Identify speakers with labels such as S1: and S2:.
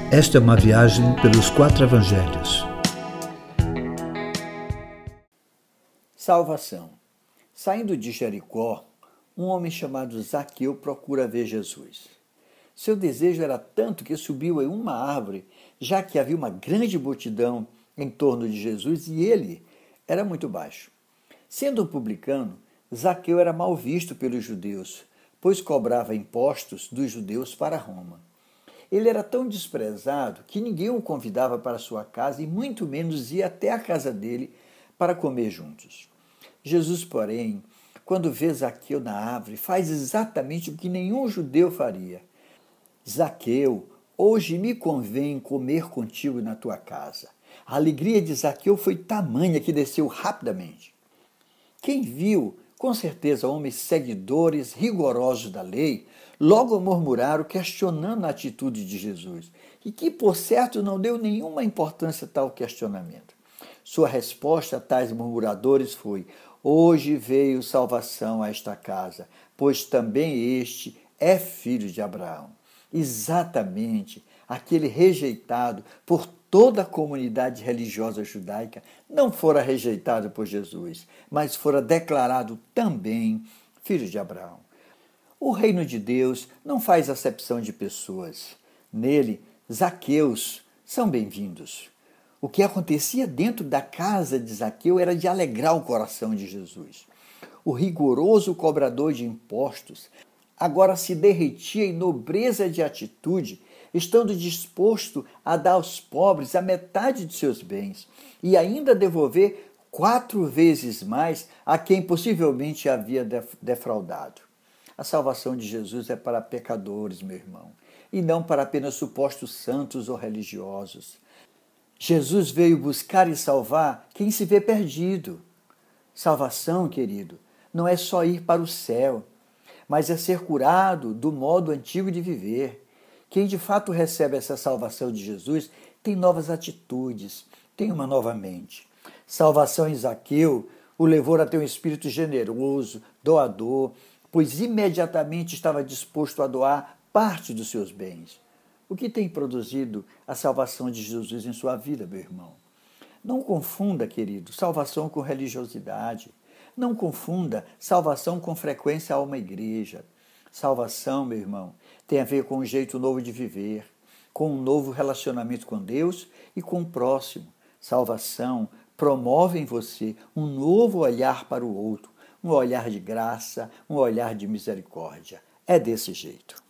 S1: Esta é uma viagem pelos 4 evangelhos.
S2: Salvação. Saindo de Jericó, um homem chamado Zaqueu procura ver Jesus. Seu desejo era tanto que subiu em uma árvore, já que havia uma grande multidão em torno de Jesus e ele era muito baixo. Sendo um publicano, Zaqueu era mal visto pelos judeus, pois cobrava impostos dos judeus para Roma. Ele era tão desprezado que ninguém o convidava para sua casa e muito menos ia até a casa dele para comer juntos. Jesus, porém, quando vê Zaqueu na árvore, faz exatamente o que nenhum judeu faria. Zaqueu, hoje me convém comer contigo na tua casa. A alegria de Zaqueu foi tamanha que desceu rapidamente. Quem viu, com certeza, homens seguidores rigorosos da lei, logo murmuraram, questionando a atitude de Jesus, e que, por certo, não deu nenhuma importância a tal questionamento. Sua resposta a tais murmuradores foi: hoje veio salvação a esta casa, pois também este é filho de Abraão. Exatamente aquele rejeitado por toda a comunidade religiosa judaica não fora rejeitado por Jesus, mas fora declarado também filho de Abraão. O reino de Deus não faz acepção de pessoas. Nele, Zaqueus são bem-vindos. O que acontecia dentro da casa de Zaqueu era de alegrar o coração de Jesus. O rigoroso cobrador de impostos agora se derretia em nobreza de atitude, estando disposto a dar aos pobres a metade de seus bens e ainda devolver 4 vezes mais a quem possivelmente havia defraudado. A salvação de Jesus é para pecadores, meu irmão, e não para apenas supostos santos ou religiosos. Jesus veio buscar e salvar quem se vê perdido. Salvação, querido, não é só ir para o céu, mas é ser curado do modo antigo de viver. Quem de fato recebe essa salvação de Jesus tem novas atitudes, tem uma nova mente. Salvação em Zaqueu o levou a ter um espírito generoso, doador, pois imediatamente estava disposto a doar parte dos seus bens. O que tem produzido a salvação de Jesus em sua vida, meu irmão? Não confunda, querido, salvação com religiosidade. Não confunda salvação com frequência a uma igreja. Salvação, meu irmão, tem a ver com um jeito novo de viver, com um novo relacionamento com Deus e com o próximo. Salvação promove em você um novo olhar para o outro, um olhar de graça, um olhar de misericórdia. É desse jeito.